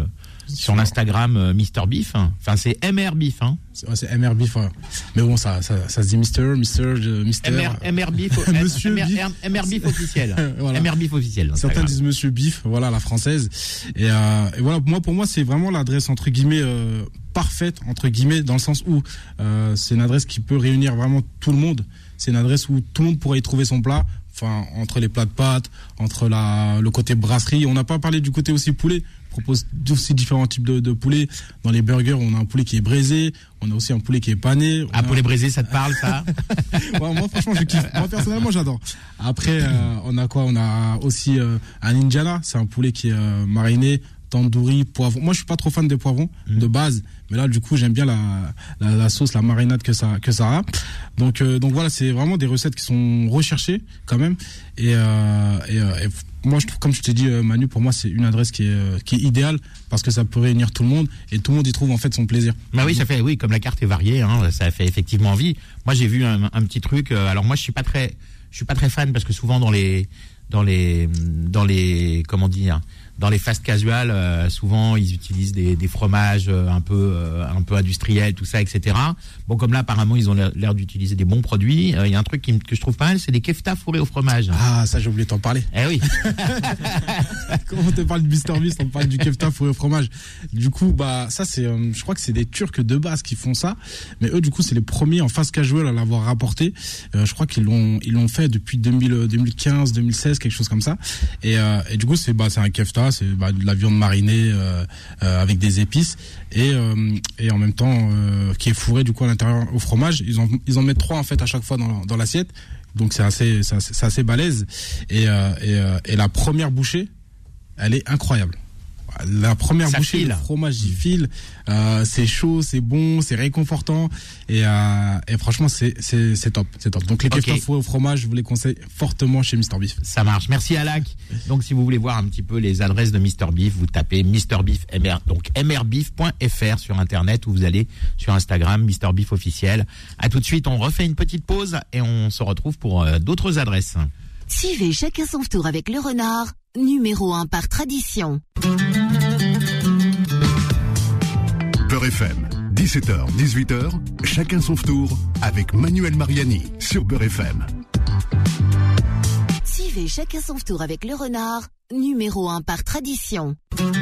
sur l'Instagram euh, Mister Beef. Enfin, c'est M R Beef, hein. C'est, ouais, c'est M R Beef, ouais. Mais bon, ça, ça, ça se dit Mister, Mister, euh, Mister. M R, M R Beef, Monsieur M R, Beef. M R Beef officiel. Voilà. M R Beef officiel. Certains disent Monsieur Beef, voilà, la française. Et, euh, et voilà, moi, pour moi, c'est vraiment l'adresse entre guillemets euh, parfaite, entre guillemets, dans le sens où euh, c'est une adresse qui peut réunir vraiment tout le monde. C'est une adresse où tout le monde pourrait y trouver son plat. Enfin, entre les plats de pâtes, entre la, le côté brasserie. On n'a pas parlé du côté aussi poulet. On propose aussi différents types de, de poulet. Dans les burgers, on a un poulet qui est braisé. On a aussi un poulet qui est pané. Un a... poulet braisé, ça te parle, ça? Ouais, moi, franchement, je kiffe. Moi, personnellement, j'adore. Après, euh, on a quoi? On a aussi euh, un Indiana. C'est un poulet qui est euh, mariné, tandoori, poivron. Moi, je suis pas trop fan des poivrons mmh. de base. Mais là, du coup, j'aime bien la, la, la sauce, la marinade que ça, que ça a. Donc, euh, donc voilà, c'est vraiment des recettes qui sont recherchées quand même. Et, euh, et, euh, et moi, je trouve, comme je t'ai dit, Manu, pour moi, c'est une adresse qui est, qui est idéale parce que ça peut réunir tout le monde et tout le monde y trouve en fait son plaisir. Bah oui, ça fait, oui, comme la carte est variée, hein, ça fait effectivement envie. Moi, j'ai vu un, un petit truc. Euh, alors moi, je suis pas très, je suis pas très fan parce que souvent dans les, dans les, dans les, comment dire. Dans les fast casual, euh, souvent ils utilisent des, des fromages euh, un peu euh, un peu industriels, tout ça, et cetera. Bon, comme là apparemment ils ont l'air d'utiliser des bons produits. Il euh, y a un truc qui, que je trouve pas mal, c'est des kefta fourrés au fromage. Ah, ça j'ai oublié de t'en parler. Eh oui. Comment on te parle de Mister Beast, on te parle du kefta fourré au fromage. Du coup, bah ça c'est, euh, je crois que c'est des Turcs de base qui font ça, mais eux du coup c'est les premiers en fast casual à l'avoir rapporté. Euh, je crois qu'ils l'ont ils l'ont fait depuis deux mille, deux mille quinze, deux mille seize, quelque chose comme ça. Et, euh, et du coup c'est bah c'est un kefta. C'est bah, de la viande marinée euh, euh, avec des épices et euh, et en même temps euh, qui est fourré du coup à l'intérieur au fromage. Ils en ils en mettent trois en fait à chaque fois dans dans l'assiette. Donc c'est assez c'est assez, c'est assez balèze et euh, et euh, et la première bouchée, elle est incroyable. La première ça bouchée, file. Le fromage il file, euh, c'est chaud, c'est bon, c'est réconfortant et, euh, et franchement c'est c'est c'est top, c'est top. Donc les kefta okay. fourrés au fromage, je vous les conseille fortement chez Mister Beef. Ça marche. Merci Alak. Donc si vous voulez voir un petit peu les adresses de Mister Beef, vous tapez Mister Beef M R, donc m r beef point f r sur internet ou vous allez sur Instagram Mister Beef officiel. À tout de suite, on refait une petite pause et on se retrouve pour euh, d'autres adresses. Suivez Chacun son tour avec le renard, numéro un par tradition. Beurre F M, dix-sept heures, dix-huit heures, chacun son tour avec Manuel Mariani sur Beurre F M. Suivez Chacun son tour avec le renard, numéro un par tradition.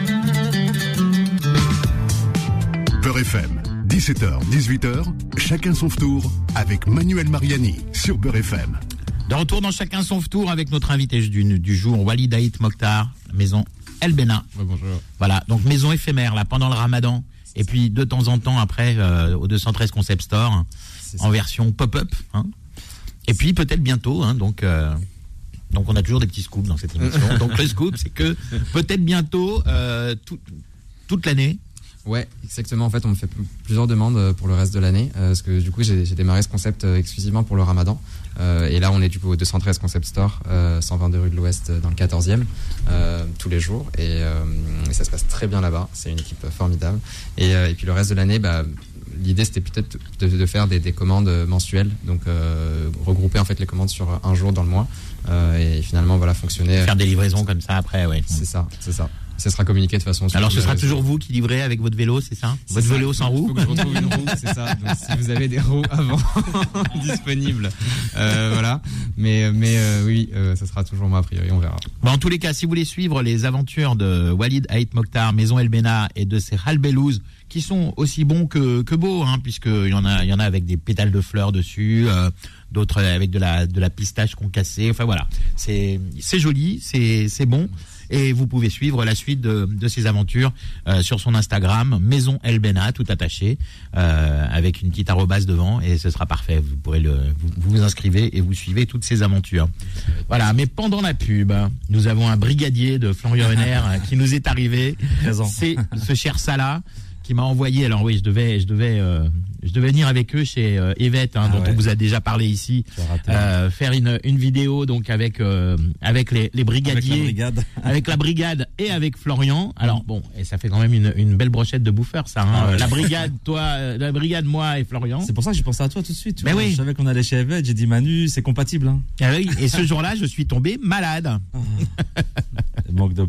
Beurre F M, dix-sept heures, dix-huit heures, chacun son tour avec Manuel Mariani sur Beurre F M. De retour dans Chacun son tour avec notre invité du, du jour, Walid Haït Mokhtar, maison El Benna. Ouais, bonjour. Voilà, donc maison éphémère là pendant le Ramadan. Et puis de temps en temps après euh, au deux cent treize Concept Store en version pop-up. Hein. Et puis peut-être bientôt. Hein, donc euh, donc on a toujours des petits scoops dans cette émission. Donc le scoop c'est que peut-être bientôt euh, tout, toute l'année. Ouais, exactement. En fait, on me fait plusieurs demandes pour le reste de l'année, euh, parce que du coup, j'ai, j'ai démarré ce concept euh, exclusivement pour le Ramadan. Euh, et là, on est du coup au deux cent treize Concept Store, euh, cent vingt-deux rue de l'Ouest, dans le quatorzième, euh, tous les jours. Et, euh, et ça se passe très bien là-bas. C'est une équipe formidable. Et, euh, et puis le reste de l'année, bah, l'idée c'était peut-être de, de faire des, des commandes mensuelles, donc euh, regrouper en fait les commandes sur un jour dans le mois, euh, et finalement voilà fonctionner. Faire des livraisons comme ça après, ouais. C'est ça, c'est ça. Ça sera communiqué de façon. Alors ce sera réseaux. Toujours vous qui livrez avec votre vélo, c'est ça? C'est votre ça. Vélo sans roue. Il faut que je retrouve une roue, c'est ça. Donc si vous avez des roues avant disponibles, euh, voilà. Mais mais euh, oui, euh, ça sera toujours moi a priori, on verra. Bon, en tous les cas, si vous voulez suivre les aventures de Walid Haït Mokhtar, maison El Benna et de ses halbelouz, qui sont aussi bons que que beaux, hein, puisque il y en a il y en a avec des pétales de fleurs dessus, euh, d'autres avec de la de la pistache concassée. Enfin voilà, c'est c'est joli, c'est c'est bon. Et vous pouvez suivre la suite de, de ces aventures euh, sur son Instagram, Maison El Benna, tout attaché, euh, avec une petite arrobase devant, et ce sera parfait. Vous pourrez le, vous, vous vous inscrivez et vous suivez toutes ces aventures. Voilà. Mais pendant la pub, nous avons un brigadier de Florian Henner qui nous est arrivé. C'est ce cher Salah qui m'a envoyé. Alors oui, je devais, je devais, euh, je devais venir avec eux chez euh, Yvette, hein, ah dont ouais. on vous a déjà parlé ici, euh, faire une une vidéo donc avec euh, avec les les brigadiers, avec la brigade, avec la brigade et avec Florian. Alors bon, et ça fait quand même une une belle brochette de bouffeurs, ça. Hein. Ah ouais. La brigade, toi, euh, la brigade, moi et Florian. C'est pour ça que j'ai pensé à toi tout de suite. Mais oui. Je savais qu'on allait chez Yvette, j'ai dit Manu, c'est compatible. Hein. Ah oui. Et ce jour-là, je suis tombé malade. Ah. Manque de bol.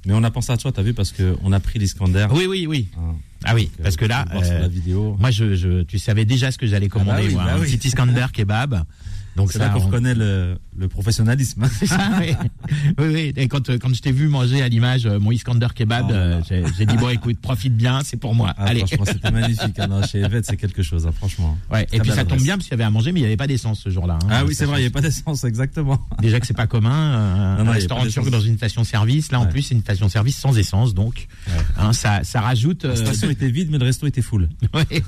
Mais on a pensé à toi, t'as vu, parce qu'on a pris l'Iskander. Oui, oui, oui. Hein. Ah oui, Donc, parce que là, on peut voir sur euh, la vidéo. moi, je, je, tu savais déjà ce que j'allais commander, Ah bah oui, moi, bah un oui. petit Iskander kebab. Donc C'est ça, là qu'on on- reconnaît le, le professionnalisme. C'est ça, oui. Oui, oui. Et quand, euh, quand je t'ai vu manger à l'image euh, mon Iskander kebab, Oh là euh, là. j'ai, j'ai dit, bon, écoute, profite bien, c'est pour moi. Ah, Allez. franchement, c'était magnifique. Hein. Non, chez Evet, c'est quelque chose, hein, franchement. Ouais. Très Et puis belle ça tombe adresse. bien parce qu'il y avait à manger, mais il n'y avait pas d'essence ce jour-là. hein. Ah oui, Ça, c'est vrai, il n'y ça- a pas d'essence, exactement. Déjà que c'est pas commun, euh, Non, non, un il y a restaurant pas turc d'essence. dans une station-service. Là, en Ouais. plus, c'est une station-service sans essence, donc Ouais. hein, ça, ça rajoute. La euh, station était vide, mais le resto était full. ouais.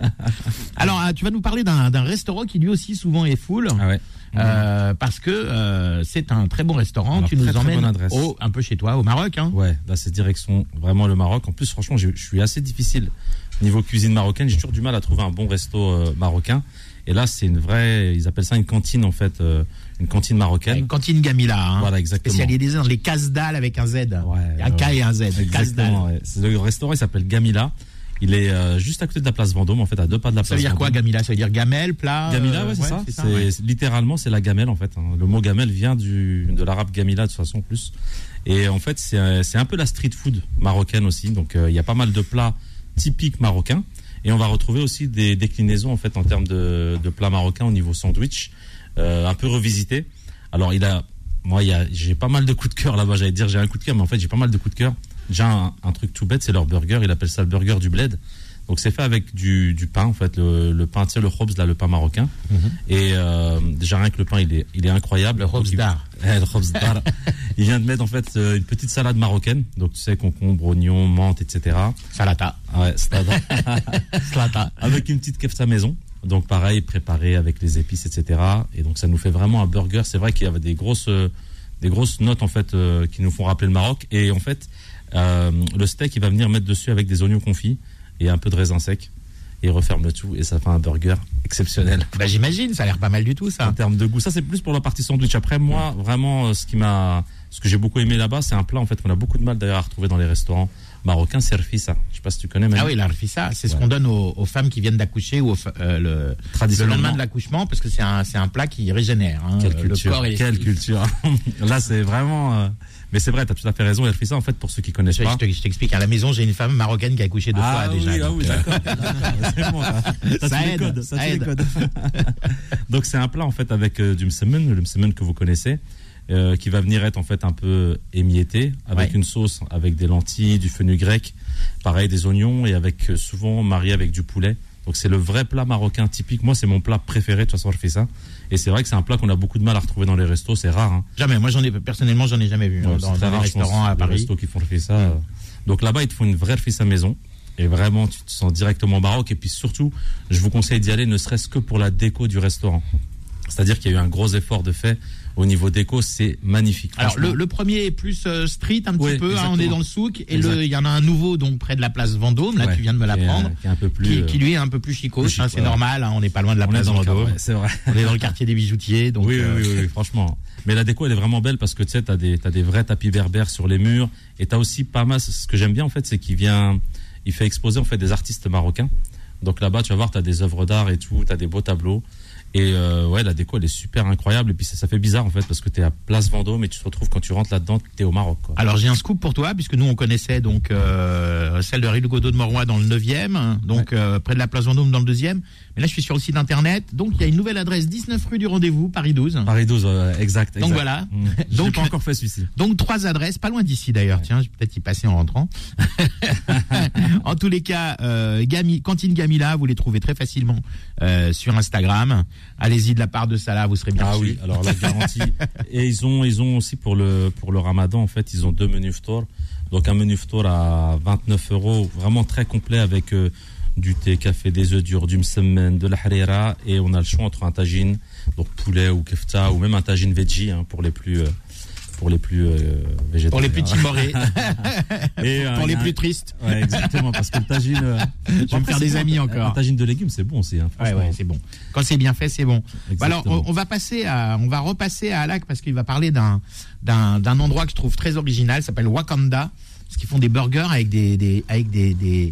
Alors, euh, tu vas nous parler d'un, d'un restaurant qui lui aussi souvent est full. Ah ouais. Euh, parce que euh, c'est un très bon restaurant. Alors, tu très, nous très emmènes bonne adresse. au, un peu chez toi, au Maroc. Hein. Ouais, là c'est direction vraiment le Maroc. En plus, franchement, je je suis assez difficile niveau cuisine marocaine. J'ai toujours du mal à trouver un bon resto euh, marocain. Et là, c'est une vraie, ils appellent ça une cantine en fait, euh, une cantine marocaine. Avec Cantine Gamila. Hein. Voilà, exactement. Spécialisée dans les casse-dalles avec un Z. Ouais, un K ouais. et un Z. Casse-dalle. Exactement. Ouais. C'est- Le restaurant, il s'appelle Gamila. Il est euh, juste à côté de la place Vendôme, en fait, à deux pas de la place. Ça veut dire quoi, Vendôme. Gamila? Ça veut dire gamelle, plat Gamila, euh, ouais, c'est ça. C'est ouais. littéralement c'est la gamelle en fait. hein. Le mot gamelle vient du de l'arabe gamila de toute façon plus. Et en fait c'est euh, c'est un peu la street food marocaine aussi. Donc euh, il y a pas mal de plats typiques marocains et on va retrouver aussi des déclinaisons en fait en termes de, de plats marocains au niveau sandwich, euh, un peu revisité. Alors il a moi il y a j'ai pas mal de coups de cœur là-bas. J'allais dire j'ai un coup de cœur, mais en fait j'ai pas mal de coups de cœur. Déjà un, un truc tout bête, c'est leur burger. Il appelle ça le burger du bled. Donc c'est fait avec du, du pain en fait, le, le pain, tu sais le khobz là, le pain marocain. Mhm. Et euh, déjà rien que le pain, il est, il est incroyable. Le khobz Donc, il- dar. Eh, le khobz dar. Il vient de mettre en fait euh, une petite salade marocaine. Donc tu sais concombre, oignons, menthe, et cetera. Salata. Ah ouais, salade. Salata. Avec une petite kefta maison. Donc pareil, préparé avec les épices, et cetera. Et donc ça nous fait vraiment un burger. C'est vrai qu'il y avait des grosses, euh, des grosses notes en fait euh, qui nous font rappeler le Maroc. Et en fait, euh, le steak, il va venir mettre dessus avec des oignons confits et un peu de raisin sec. Et il referme le tout et ça fait un burger exceptionnel. Bah, j'imagine, ça a l'air pas mal du tout, En ça. termes de goût, ça c'est plus pour la partie sandwich. Après moi, vraiment, euh, ce qui m'a, ce que j'ai beaucoup aimé là-bas, c'est un plat en fait qu'on a beaucoup de mal d'ailleurs à retrouver dans les restaurants marocains, c'est rfissa. Je sais pas si tu connais. Manu. Ah oui, l'arfissa, c'est ce Ouais. qu'on donne aux, aux femmes qui viennent d'accoucher ou aux fa- euh, le, le Traditionnellement. lendemain de l'accouchement, parce que c'est un, c'est un plat qui régénère. Hein, Quelle euh, culture, le corps et quelle l'esprit. culture. Là, c'est vraiment. euh, Mais c'est vrai, t'as tout à fait raison. Elle fait ça en fait pour ceux qui connaissent Je, pas. je te- je t'explique, à la maison, j'ai une femme marocaine qui a accouché deux ah fois oui, déjà. ah donc, oui, euh, d'accord. d'accord, c'est bon, ça. T'as Ça tous les aide, codes, ça t'as tous les aide. codes. Donc c'est un plat en fait avec euh, du msemen, le msemen que vous connaissez, euh, qui va venir être en fait un peu émietté avec Ouais. une sauce avec des lentilles, du fenugrec, pareil des oignons et avec euh, souvent marié avec du poulet. Donc c'est le vrai plat marocain typique. Moi c'est mon plat préféré de toute façon je fais ça. Et c'est vrai que c'est un plat qu'on a beaucoup de mal à retrouver dans les restos, c'est rare. Hein. Jamais, moi j'en ai, personnellement, j'en ai jamais vu, hein, Ouais, dans, c'est très dans les rare, je pense, restaurants à les Paris. restos qui font le ça. euh. Donc là-bas, ils te font une vraie fissa maison. Et vraiment, tu te sens directement au Maroc. Et puis surtout, je vous conseille d'y aller, ne serait-ce que pour la déco du restaurant. C'est-à-dire qu'il y a eu un gros effort de fait au niveau déco, c'est magnifique. Alors Franchement. le, le premier est plus euh, street un petit Ouais, peu, hein, on exactement. est dans le souk, et Exact. le- il y en a un nouveau donc près de la place Vendôme, là Ouais, tu viens de me qui est, l'apprendre, euh, qui est un peu plus. qui, euh, qui lui est un peu plus chicos, plus hein, chic, c'est ouais. normal, hein, on n'est pas loin de la on est place dans le cadre, Vendôme, ouais, c'est vrai. on est dans le quartier des bijoutiers, donc oui, euh, oui, oui, oui, franchement. Mais la déco, elle est vraiment belle parce que tu sais, t'as des, t'as des vrais tapis berbères sur les murs. Et t'as aussi pas mal, ce que j'aime bien en fait, c'est qu'il vient, il fait exposer en fait des artistes marocains. Donc là-bas, tu vas voir, t'as des œuvres d'art et tout, t'as des beaux tableaux. Et euh, ouais, la déco, elle est super incroyable. Et puis ça, ça fait bizarre en fait parce que t'es à Place Vendôme et tu te retrouves quand tu rentres là-dedans, t'es au Maroc, quoi. Alors j'ai un scoop pour toi, puisque nous on connaissait donc euh, celle de Rue Godot de Morois dans le neuvième, donc euh, près de la place Vendôme dans le deuxième. Mais là je suis sur le site internet, donc il y a une nouvelle adresse, dix-neuf rue du Rendez-vous, Paris douze. Paris douze, euh, exact, exact. Donc voilà. Mmh. Je Donc- l'ai pas encore fait celui-ci. Donc trois adresses, pas loin d'ici d'ailleurs. Ouais. Tiens, je vais peut-être y passer en rentrant. En tous les cas, euh, Gami, Cantine Gamila, vous les trouvez très facilement euh, sur Instagram. Allez-y de la part de Salah, vous serez bien Ah reçus. oui, alors la garantie. Et ils ont, ils ont aussi pour le pour le Ramadan en fait, ils ont deux menus ftour. Donc un menu ftour à vingt-neuf euros, vraiment très complet avec euh, du thé, café, des œufs durs, du msemen, de la harira, et on a le choix entre un tagine, donc poulet ou kefta, ou même un tagine veggie hein, pour les plus euh, pour les plus euh, végétariens. Pour les plus timorés, Et, euh, pour il y les a un- plus tristes. Ouais, exactement, parce que le tagine. euh, Je vais me après, faire des c'est amis bon, encore. Un tagine de légumes, c'est bon aussi. Hein, Ouais, franchement. ouais, c'est bon. Quand c'est bien fait, c'est bon. Bah alors, Exactement. on, on va passer à, on va repasser à Alak parce qu'il va parler d'un, d'un, d'un endroit que je trouve très original, ça s'appelle Wakanda, parce qu'ils font des burgers avec des, des avec des, des,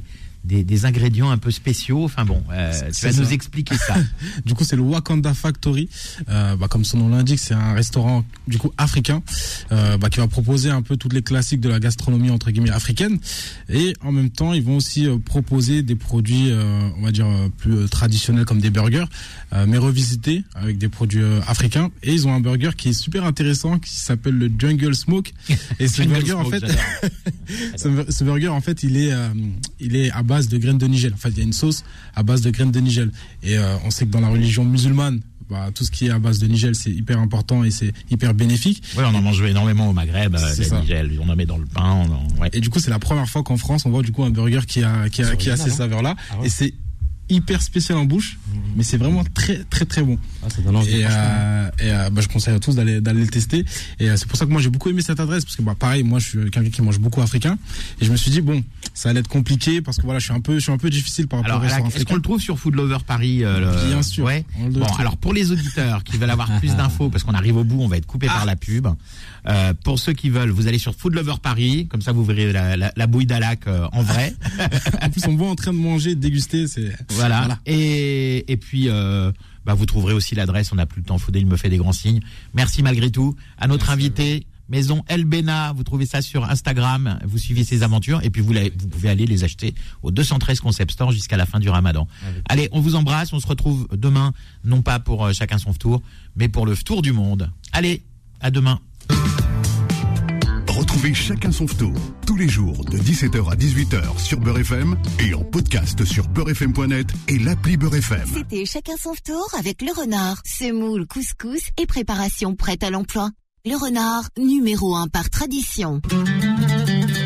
des, des ingrédients un peu spéciaux. Enfin bon, euh, tu C'est vas ça. nous expliquer ça. Du coup, c'est le Wakanda Factory. Euh, bah, comme son nom l'indique, c'est un restaurant du coup africain euh, bah, qui va proposer un peu toutes les classiques de la gastronomie entre guillemets africaine. Et en même temps, ils vont aussi euh, proposer des produits, euh, on va dire euh, plus euh, traditionnels comme des burgers, euh, mais revisités avec des produits euh, africains. Et ils ont un burger qui est super intéressant, qui s'appelle le Jungle Smoke. Et ce Jungle burger, en Smoke, fait, j'adore. ce, ce burger, en fait, il est, euh, il est à base de graines de nigel. En fait, il y a une sauce à base de graines de nigel. Et euh, on sait que dans la religion musulmane, bah, tout ce qui est à base de nigel, c'est hyper important et c'est hyper bénéfique. Ouais, on en mange énormément au Maghreb, euh, C'est la ça. nigel, on en met dans le pain. On en... ouais. Et du coup, c'est la première fois qu'en France, on voit du coup un burger qui a, qui a, C'est qui a ces original, hein. saveurs-là. Ah ouais. Et c'est hyper spécial en bouche, mais c'est vraiment très, très, très bon. Ah, ça donne envie, Et, franchement. euh, et euh, bah, je conseille à tous d'aller d'aller le tester. Et euh, c'est pour ça que moi j'ai beaucoup aimé cette adresse parce que bah pareil, moi je suis quelqu'un qui mange beaucoup africain et je me suis dit bon, ça allait être compliqué parce que voilà, je suis un peu je suis un peu difficile par rapport Alors, au restaurant est-ce qu'on africain. le trouve sur Food Lover Paris euh, le... Bien sûr. Ouais. On le Bon, trouve. alors pour les auditeurs qui veulent avoir plus d'infos, parce qu'on arrive au bout, on va être coupé Ah. par la pub. Euh, pour ceux qui veulent, vous allez sur Food Lover Paris, comme ça vous verrez la, la, la bouille d'Alac euh, en vrai. En plus on me voit en train de manger, de déguster, c'est Voilà. Voilà. Et, et puis, euh, bah, vous trouverez aussi l'adresse. On n'a plus le temps. Faudé, il me fait des grands signes. Merci malgré tout à notre Merci invité, Maison El Bena. Vous trouvez ça sur Instagram. Vous suivez ses aventures. Et puis, vous, l'avez- vous pouvez aller les acheter au deux cent treize Concept Store jusqu'à la fin du Ramadan. Avec- Allez, on vous embrasse. On se retrouve demain, non pas pour euh, chacun son tour, mais pour le tour du monde. Allez, à demain. Retrouvez Chacun son tour tous les jours de dix-sept heures à dix-huit heures sur Beurre F M et en podcast sur beurre f m point net et l'appli Beurre F M. C'était Chacun son tour avec le renard, semoule, couscous et préparation prête à l'emploi. Le renard, numéro un par tradition.